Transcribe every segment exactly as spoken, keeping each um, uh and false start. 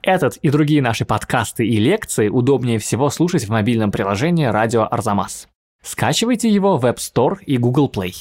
Этот и другие наши подкасты и лекции удобнее всего слушать в мобильном приложении «Радио Арзамас». Скачивайте его в App Store и Google Play.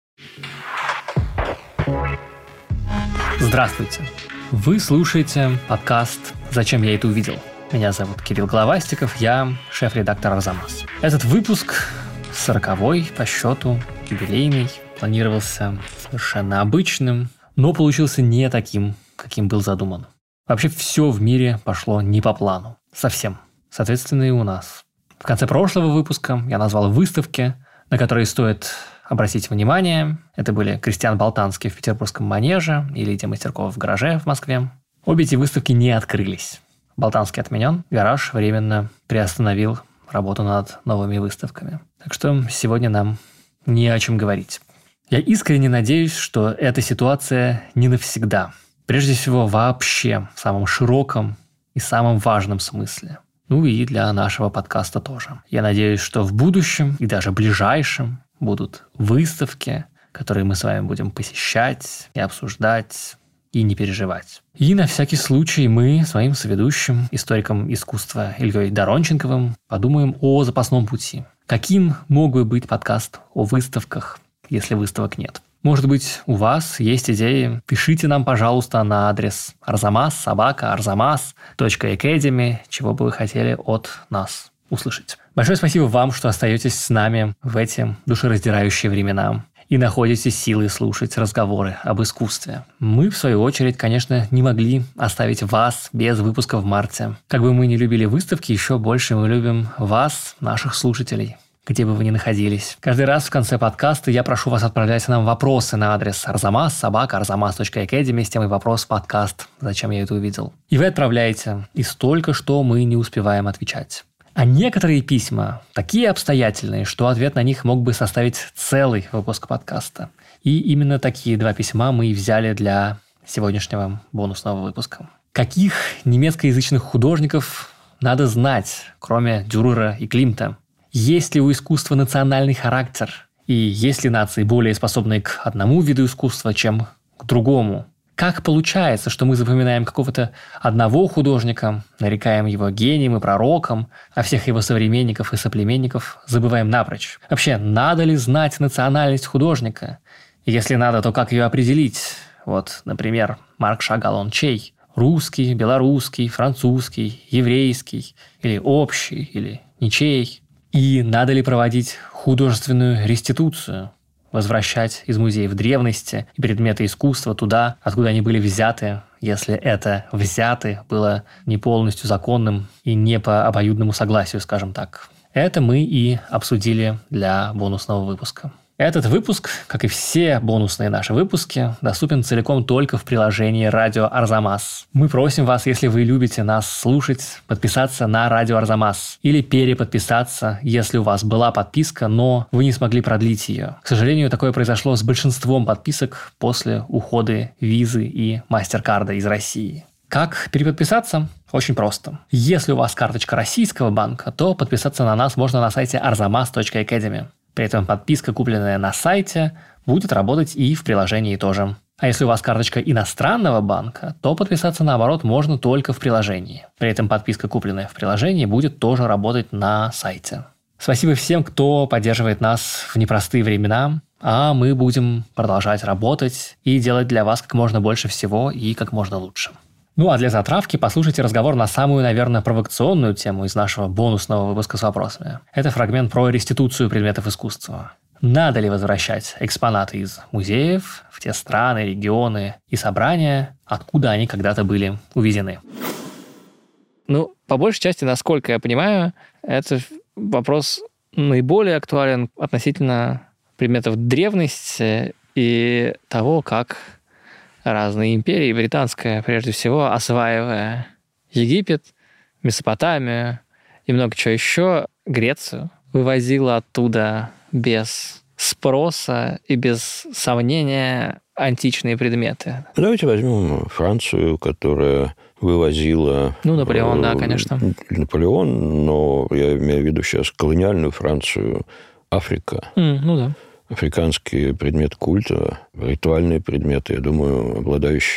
Здравствуйте! Вы слушаете подкаст «Зачем я это увидел?». Меня зовут Кирилл Головастиков, я шеф-редактор Арзамас. Этот выпуск, сороковой по счету, юбилейный, планировался совершенно обычным, но получился не таким, каким был задуман. Вообще все в мире пошло не по плану. Совсем. Соответственно, и у нас. В конце прошлого выпуска я назвал выставки, на которые стоит обратить внимание. Это были Кристиан Болтанский в Петербургском манеже и Лидия Мастеркова в гараже в Москве. Обе эти выставки не открылись. Болтанский отменен, гараж временно приостановил работу над новыми выставками. Так что сегодня нам не о чем говорить. Я искренне надеюсь, что эта ситуация не навсегда. Прежде всего, вообще в самом широком и самом важном смысле. Ну и для нашего подкаста тоже. Я надеюсь, что в будущем и даже ближайшем будут выставки, которые мы с вами будем посещать и обсуждать, и не переживать. И на всякий случай мы своим соведущим, историком искусства Ильей Доронченковым, подумаем о запасном пути. Каким мог бы быть подкаст о выставках, если выставок нет? Может быть, у вас есть идеи? Пишите нам, пожалуйста, на адрес арзамас собака арзамас точка академи, чего бы вы хотели от нас услышать. Большое спасибо вам, что остаетесь с нами в эти душераздирающие времена и находите силы слушать разговоры об искусстве. Мы, в свою очередь, конечно, не могли оставить вас без выпуска в марте. Как бы мы ни любили выставки, еще больше мы любим вас, наших слушателей, где бы вы ни находились. Каждый раз в конце подкаста я прошу вас отправлять нам вопросы на адрес арзамас собака арзамас точка академи с темой вопрос подкаст «Зачем я это увидел?». И вы отправляете, и столько, что мы не успеваем отвечать. А некоторые письма такие обстоятельные, что ответ на них мог бы составить целый выпуск подкаста. И именно такие два письма мы и взяли для сегодняшнего бонусного выпуска. Каких немецкоязычных художников надо знать, кроме Дюрера и Климта? Есть ли у искусства национальный характер? И есть ли нации более способные к одному виду искусства, чем к другому? Как получается, что мы запоминаем какого-то одного художника, нарекаем его гением и пророком, а всех его современников и соплеменников забываем напрочь? Вообще, надо ли знать национальность художника? Если надо, то как ее определить? Вот, например, Марк Шагал, он чей? Русский, белорусский, французский, еврейский, или общий, или ничей? И надо ли проводить художественную реституцию? Возвращать из музеев древности и предметы искусства туда, откуда они были взяты, если это «взяты» было не полностью законным и не по обоюдному согласию, скажем так. Это мы и обсудили для бонусного выпуска. Этот выпуск, как и все бонусные наши выпуски, доступен целиком только в приложении «Радио Арзамас». Мы просим вас, если вы любите нас слушать, подписаться на «Радио Арзамас» или переподписаться, если у вас была подписка, но вы не смогли продлить ее. К сожалению, такое произошло с большинством подписок после ухода визы и MasterCard из России. Как переподписаться? Очень просто. Если у вас карточка российского банка, то подписаться на нас можно на сайте арзамас точка академи. При этом подписка, купленная на сайте, будет работать и в приложении тоже. А если у вас карточка иностранного банка, то подписаться, наоборот, можно только в приложении. При этом подписка, купленная в приложении, будет тоже работать на сайте. Спасибо всем, кто поддерживает нас в непростые времена, а мы будем продолжать работать и делать для вас как можно больше всего и как можно лучше. Ну а для затравки послушайте разговор на самую, наверное, провокационную тему из нашего бонусного выпуска с вопросами. Это фрагмент про реституцию предметов искусства. Надо ли возвращать экспонаты из музеев в те страны, регионы и собрания, откуда они когда-то были увезены? Ну, по большей части, насколько я понимаю, это вопрос наиболее актуален относительно предметов древности и того, как разные империи, британская прежде всего, осваивая Египет, Месопотамию и много чего еще, Грецию, вывозила оттуда без спроса и без сомнения античные предметы. Давайте возьмем Францию, которая вывозила... Ну, Наполеон, да, конечно. Наполеон, но я имею в виду сейчас колониальную Францию, Африка. Mm, ну да. Африканские предметы культа, ритуальные предметы, я думаю, обладающие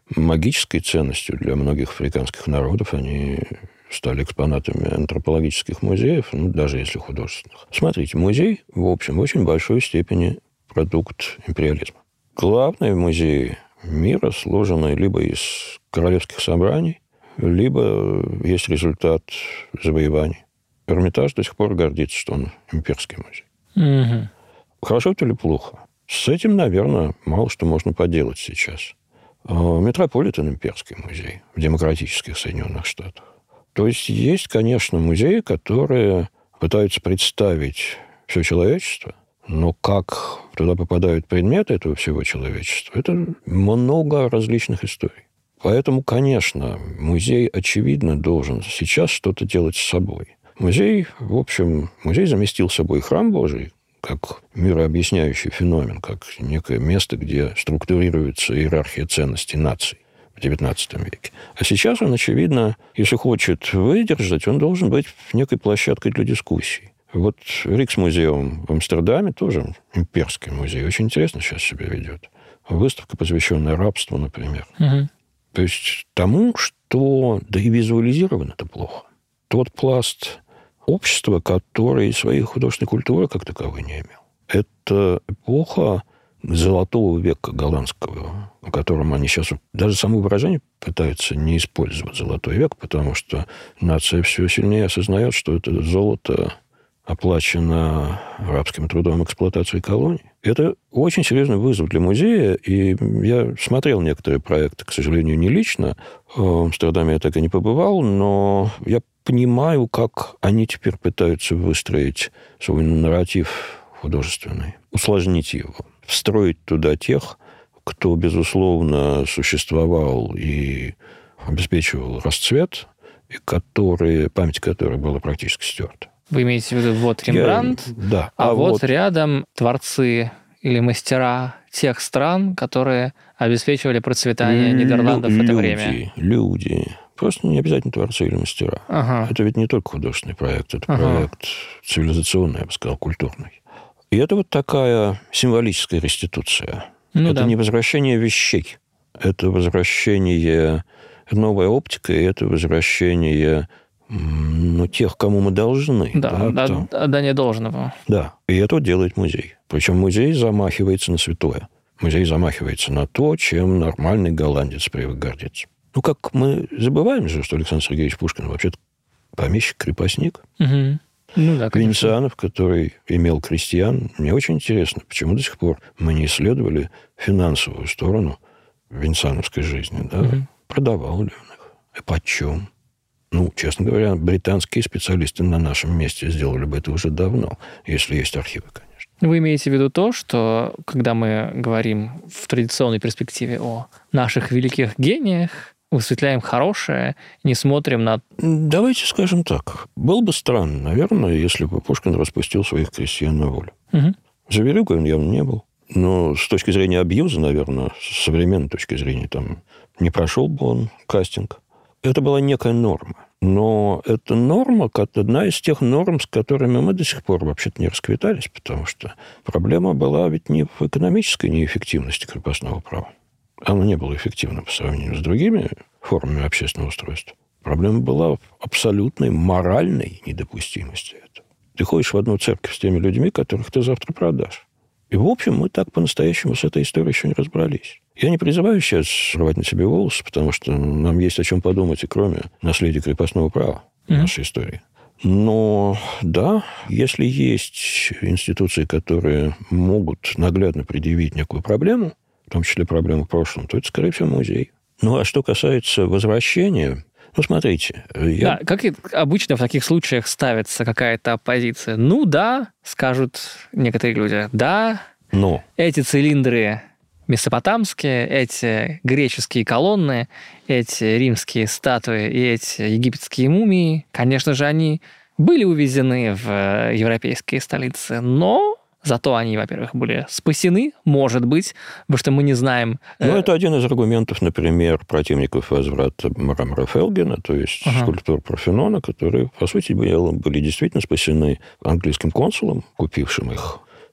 магической ценностью для многих африканских народов. Они стали экспонатами антропологических музеев, ну, даже если художественных. Смотрите, музей, в общем, в очень большой степени продукт империализма. Главные музеи мира сложены либо из королевских собраний, либо есть результат завоеваний. Эрмитаж до сих пор гордится, что он имперский музей. Угу. Хорошо это или плохо? С этим, наверное, мало что можно поделать сейчас. Метрополитен имперский музей в демократических Соединенных Штатах. То есть есть, конечно, музеи, которые пытаются представить все человечество, но как туда попадают предметы этого всего человечества, это много различных историй. Поэтому, конечно, музей, очевидно, должен сейчас что-то делать с собой. Музей, в общем, музей заместил собой храм Божий, как мирообъясняющий феномен, как некое место, где структурируется иерархия ценностей наций в девятнадцатом веке. А сейчас он, очевидно, если хочет выдержать, он должен быть некой площадкой для дискуссий. Вот Риксмузеум в Амстердаме тоже имперский музей. Очень интересно сейчас себя ведет. Выставка, посвященная рабству, например. Угу. То есть тому, что да и визуализировано это плохо. Тот пласт общества, который своей художественной культуры как таковой не имел. Это эпоха золотого века голландского, о котором они сейчас даже само выражение пытаются не использовать, золотой век, потому что нация все сильнее осознает, что это золото оплачено рабским трудом эксплуатации колоний. Это очень серьезный вызов для музея, и я смотрел некоторые проекты, к сожалению, не лично. В Амстердаме я так и не побывал, но я понимаю, как они теперь пытаются выстроить свой нарратив художественный, усложнить его, встроить туда тех, кто, безусловно, существовал и обеспечивал расцвет, и которые, память которой была практически стерта. Вы имеете в виду вот Рембрандт, Я, да, а, а вот, вот рядом творцы или мастера тех стран, которые обеспечивали процветание лю- Нидерландов в это люди, время. Люди. Просто не обязательно творцы или мастера. Ага. Это ведь не только художественный проект, это Ага. проект цивилизационный, я бы сказал, культурный. И это вот такая символическая реституция. Ну, это да. не возвращение вещей. Это возвращение, новая оптика, и это возвращение ну, тех, кому мы должны. Да, да, да, кто... отдание должного. Да, и это делает музей. Причем музей замахивается на святое. Музей замахивается на то, чем нормальный голландец привык гордиться. Ну, как мы забываем же, что Александр Сергеевич Пушкин вообще-то помещик-крепостник. Угу. Ну да, конечно. Венецианов, который имел крестьян. Мне очень интересно, почему до сих пор мы не исследовали финансовую сторону венециановской жизни. Да? Угу. Продавал ли он их? И почем? Ну, честно говоря, британские специалисты на нашем месте сделали бы это уже давно, если есть архивы, конечно. Вы имеете в виду то, что когда мы говорим в традиционной перспективе о наших великих гениях, высветляем хорошее, не смотрим на... Давайте скажем так. Было бы странно, наверное, если бы Пушкин распустил своих крестьян на волю. Угу. Заверюгой он явно не был. Но с точки зрения абьюза, наверное, с современной точки зрения, там не прошел бы он кастинг. Это была некая норма. Но эта норма, как одна из тех норм, с которыми мы до сих пор вообще-то не расквитались, потому что проблема была ведь не в экономической неэффективности крепостного права. Оно не было эффективно по сравнению с другими формами общественного устройства. Проблема была в абсолютной моральной недопустимости этого. Ты ходишь в одну церковь с теми людьми, которых ты завтра продашь. И, в общем, мы так по-настоящему с этой историей еще не разобрались. Я не призываю сейчас рвать на себе волосы, потому что нам есть о чем подумать и кроме наследия крепостного права в mm-hmm. нашей истории. Но, да, если есть институции, которые могут наглядно предъявить некую проблему, в том числе проблему в прошлом, то это, скорее всего, музей. Ну, а что касается возвращения... Ну, смотрите... Я... Да, как и обычно в таких случаях ставится какая-то оппозиция. Ну, да, скажут некоторые люди, да, но эти цилиндры месопотамские, эти греческие колонны, эти римские статуи и эти египетские мумии, конечно же, они были увезены в европейские столицы, но... Зато они, во-первых, были спасены, может быть, потому что мы не знаем... Ну, это один из аргументов, например, противников возврата мрамора Фелгена, то есть ага. скульптур Парфенона, которые, по сути дела, были действительно спасены английским консулом, купившим их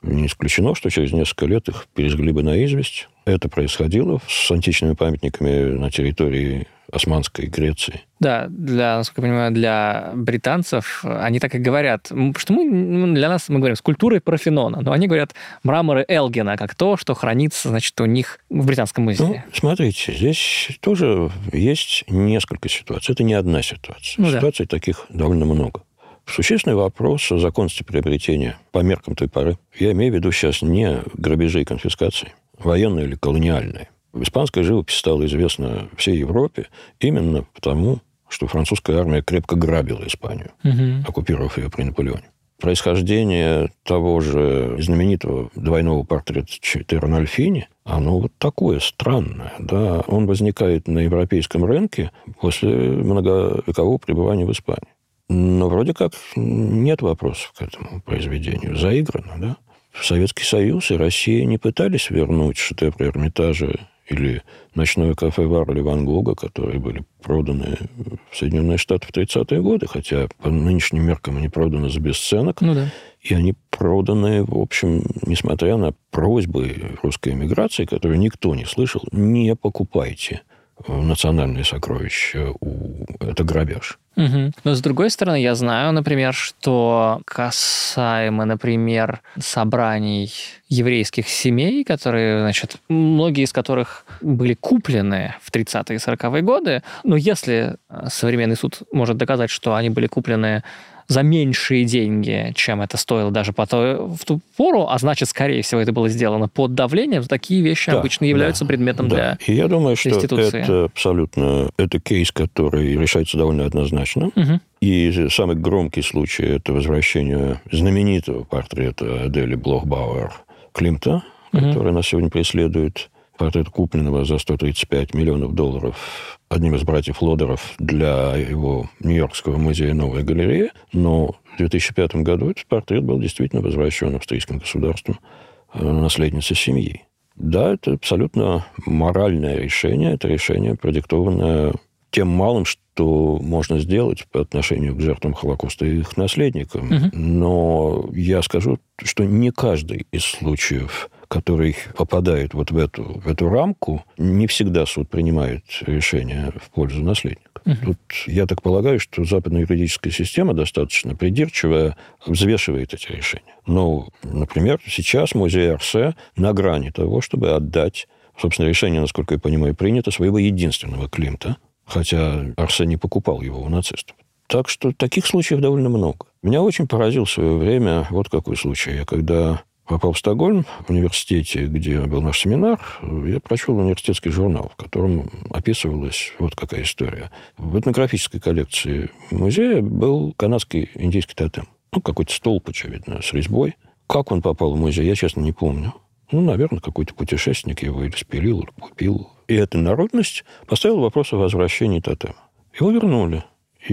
Не исключено, что через несколько лет их пережгли бы наизвесть. Это происходило с античными памятниками на территории Османской Греции. Да, для, насколько я понимаю, для британцев они так и говорят, что мы, для нас, мы говорим, скульптуры Парфенона, но они говорят мраморы Элгина, как то, что хранится, значит, у них в Британском музее. Ну, смотрите, здесь тоже есть несколько ситуаций. Это не одна ситуация. Ну, Ситуаций да. таких довольно много. Существенный вопрос о законности приобретения по меркам той поры. Я имею в виду сейчас не грабежи и конфискации, военные или колониальные. Испанская живопись стала известна всей Европе именно потому, что французская армия крепко грабила Испанию, угу. оккупировав ее при Наполеоне. Происхождение того же знаменитого двойного портрета Тернальфини, оно вот такое странное. Да? Он возникает на европейском рынке после многовекового пребывания в Испании. Но вроде как нет вопросов к этому произведению. Заиграно, да? Советский Союз и Россия не пытались вернуть шедевры Эрмитажа или ночное кафе Варли Ван Гога, которые были проданы в Соединенные Штаты в тридцатые годы, хотя по нынешним меркам они проданы за бесценок. Ну да. И они проданы, в общем, несмотря на просьбы русской эмиграции, которую никто не слышал, не покупайте национальные сокровища, это грабеж. Угу. Но, с другой стороны, я знаю, например, что касаемо, например, собраний еврейских семей, которые, значит, многие из которых были куплены в тридцатые и сороковые годы, но если современный суд может доказать, что они были куплены за меньшие деньги, чем это стоило даже по то, в ту пору, а значит, скорее всего, это было сделано под давлением, такие вещи да, обычно являются да, предметом да. для И я думаю, что это абсолютно это кейс, который решается довольно однозначно. Угу. И самый громкий случай – это возвращение знаменитого портрета Адели Блох-Бауэр Климта, угу. который нас сегодня преследует. Портрет, купленного за сто тридцать пять миллионов долларов одним из братьев Лодеров для его Нью-Йоркского музея «Новая галерея». Но в две тысячи пятом году этот портрет был действительно возвращен австрийским государством наследнице семьи. Да, это абсолютно моральное решение. Это решение, продиктованное тем малым, что можно сделать по отношению к жертвам Холокоста и их наследникам. Угу. Но я скажу, что не каждый из случаев, который попадает вот в эту, в эту рамку, не всегда суд принимает решение в пользу наследника. Угу. Тут я так полагаю, что западная юридическая система достаточно придирчивая, взвешивает эти решения. Ну, например, сейчас музей Орсе на грани того, чтобы отдать, собственно, решение, насколько я понимаю, принято своего единственного Климта, хотя Орсе не покупал его у нацистов. Так что таких случаев довольно много. Меня очень поразил в свое время вот какой случай. Я когда попал в Стокгольм, в университете, где был наш семинар, я прочел университетский журнал, в котором описывалась вот какая история. В этнографической коллекции музея был канадский индийский тотем. Ну, какой-то столб, очевидно, с резьбой. Как он попал в музей, я, честно, не помню. Ну, наверное, какой-то путешественник его или спилил, или купил. И эта народность поставила вопрос о возвращении тотема. Его вернули.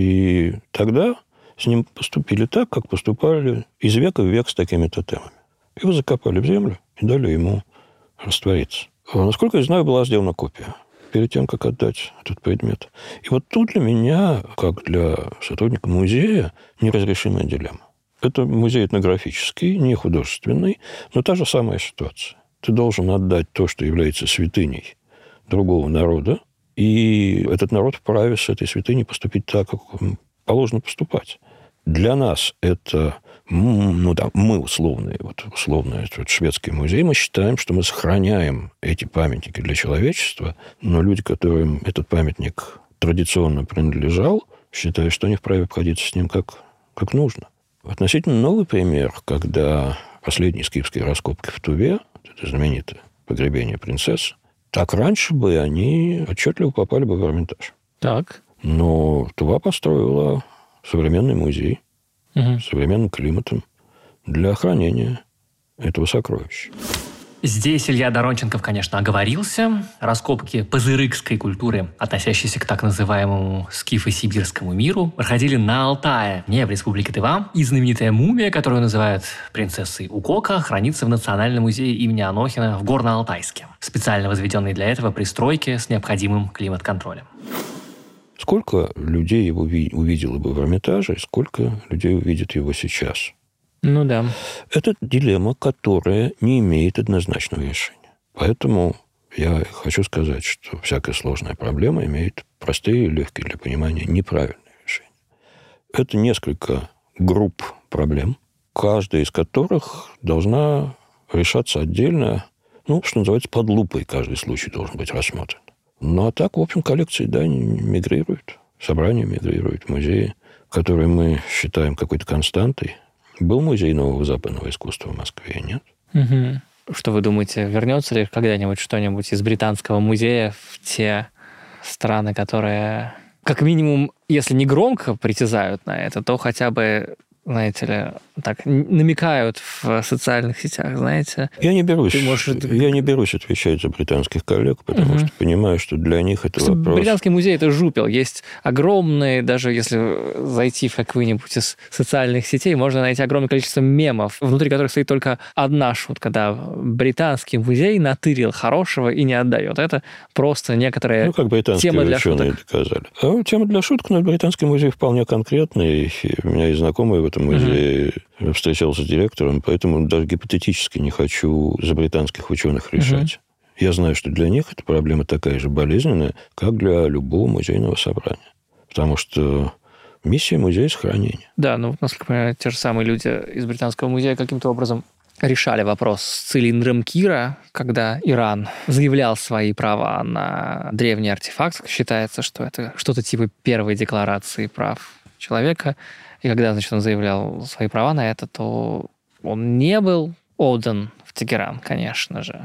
И тогда с ним поступили так, как поступали из века в век с такими тотемами. Его закопали в землю и дали ему раствориться. Насколько я знаю, была сделана копия перед тем, как отдать этот предмет. И вот тут для меня, как для сотрудника музея, неразрешимая дилемма. Это музей этнографический, не художественный, но та же самая ситуация. Ты должен отдать то, что является святыней другого народа, и этот народ вправе с этой святыней поступить так, как положено поступать. Для нас это, ну да, мы условные, вот условно, это шведский музей, мы считаем, что мы сохраняем эти памятники для человечества, но люди, которым этот памятник традиционно принадлежал, считают, что они вправе обходиться с ним как, как нужно. Относительно новый пример, когда последние скифские раскопки в Туве, это знаменитое погребение принцессы, так раньше бы они отчетливо попали бы в Эрмитаж. Так. Но Тува построила современный музей угу. с современным климатом для хранения этого сокровища. Здесь Илья Доронченков, конечно, оговорился. Раскопки пазырыкской культуры, относящиеся к так называемому скифо-сибирскому миру, проходили на Алтае, не в республике Тыва. И знаменитая мумия, которую называют принцессой Укока, хранится в Национальном музее имени Анохина в Горно-Алтайске, специально возведенной для этого пристройки с необходимым климат-контролем. Сколько людей его увидело бы в Эрмитаже, и сколько людей увидит его сейчас? Ну да. Это дилемма, которая не имеет однозначного решения. Поэтому я хочу сказать, что всякая сложная проблема имеет простые и легкие для понимания неправильные решения. Это несколько групп проблем, каждая из которых должна решаться отдельно, ну, что называется, под лупой каждый случай должен быть рассмотрен. Ну, а так, в общем, коллекции, да, мигрируют, собрания мигрируют, музеи, которые мы считаем какой-то константой. Был музей нового западного искусства в Москве, нет? Угу. Что вы думаете, вернется ли когда-нибудь что-нибудь из Британского музея в те страны, которые, как минимум, если не громко притязают на это, то хотя бы, знаете ли, так намекают в социальных сетях, знаете? Я не берусь, можешь... я не берусь отвечать за британских коллег, потому угу. что понимаю, что для них это что вопрос... Британский музей – это жупел. Есть огромные, даже если зайти в какую-нибудь из социальных сетей, можно найти огромное количество мемов, внутри которых стоит только одна шутка, да, британский музей натырил хорошего и не отдает. Это просто некоторая ну, как британские тема для ученые шуток. доказали. А тема для шуток, но британский музей вполне конкретный. У меня есть знакомые в этом музее, угу. встречался с директором, поэтому даже гипотетически не хочу за британских ученых решать. Угу. Я знаю, что для них эта проблема такая же болезненная, как для любого музейного собрания. Потому что миссия музея – сохранение. Да, ну, насколько я понимаю, те же самые люди из Британского музея каким-то образом решали вопрос с цилиндром Кира, когда Иран заявлял свои права на древний артефакт. Считается, что это что-то типа первой декларации прав человека. И когда, значит, он заявлял свои права на это, то он не был отдан в Тегеран, конечно же.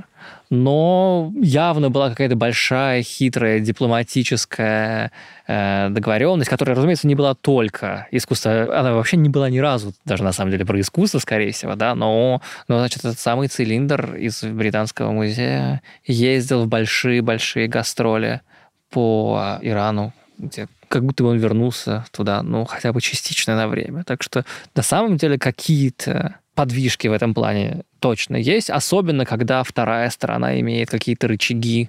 Но явно была какая-то большая, хитрая, дипломатическая э, договоренность, которая, разумеется, не была только искусство. Она вообще не была ни разу, даже на самом деле, про искусство, скорее всего, да, но, но значит, этот самый цилиндр из Британского музея ездил в большие-большие гастроли по Ирану, где как будто бы он вернулся туда, ну, хотя бы частично на время. Так что, на самом деле, какие-то подвижки в этом плане точно есть, особенно когда вторая сторона имеет какие-то рычаги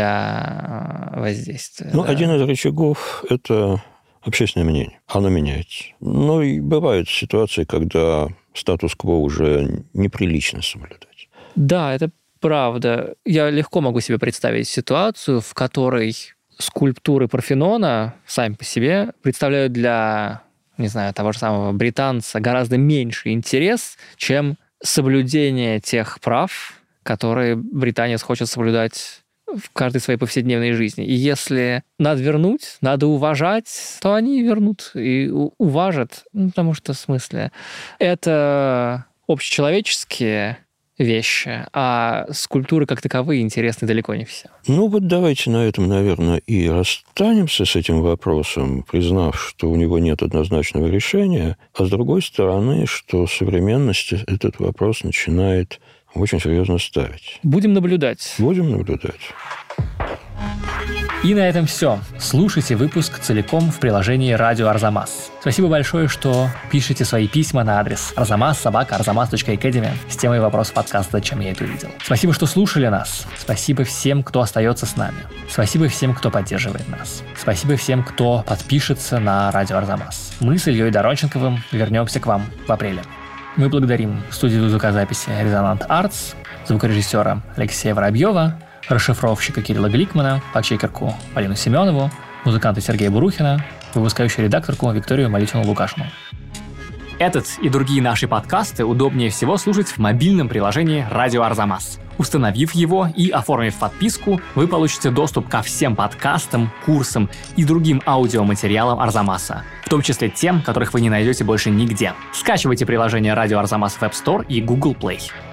для воздействия. Ну, да. Один из рычагов – это общественное мнение. Оно меняется. Ну, и бывают ситуации, когда статус-кво уже неприлично соблюдать. Да, это правда. Я легко могу себе представить ситуацию, в которой скульптуры Парфенона сами по себе представляют для, не знаю, того же самого британца гораздо меньший интерес, чем соблюдение тех прав, которые британец хочет соблюдать в каждой своей повседневной жизни. И если надо вернуть, надо уважать, то они вернут и уважат. Ну, потому что, в смысле, это общечеловеческие вещи, а скульптуры как таковые интересны далеко не все. Ну вот давайте на этом, наверное, и расстанемся с этим вопросом, признав, что у него нет однозначного решения, а с другой стороны, что современность этот вопрос начинает очень серьезно ставить. Будем наблюдать. Будем наблюдать. И на этом все. Слушайте выпуск целиком в приложении «Радио Арзамас». Спасибо большое, что пишете свои письма на адрес арзамас собака арзамас точка академи с темой вопроса подкаста «Зачем я это увидел». Спасибо, что слушали нас. Спасибо всем, кто остается с нами. Спасибо всем, кто поддерживает нас. Спасибо всем, кто подпишется на «Радио Арзамас». Мы с Ильей Доронченковым вернемся к вам в апреле. Мы благодарим студию звукозаписи «Резонант Артс», звукорежиссера Алексея Воробьева, расшифровщика Кирилла Гликмана, фактчекерку Полину Семенову, музыканта Сергея Бурухина, выпускающую редакторку Викторию Малютину-Лукашину. Этот и другие наши подкасты удобнее всего слушать в мобильном приложении «Радио Арзамас». Установив его и оформив подписку, вы получите доступ ко всем подкастам, курсам и другим аудиоматериалам Арзамаса, в том числе тем, которых вы не найдете больше нигде. Скачивайте приложение «Радио Арзамас» в App Store и Google Play.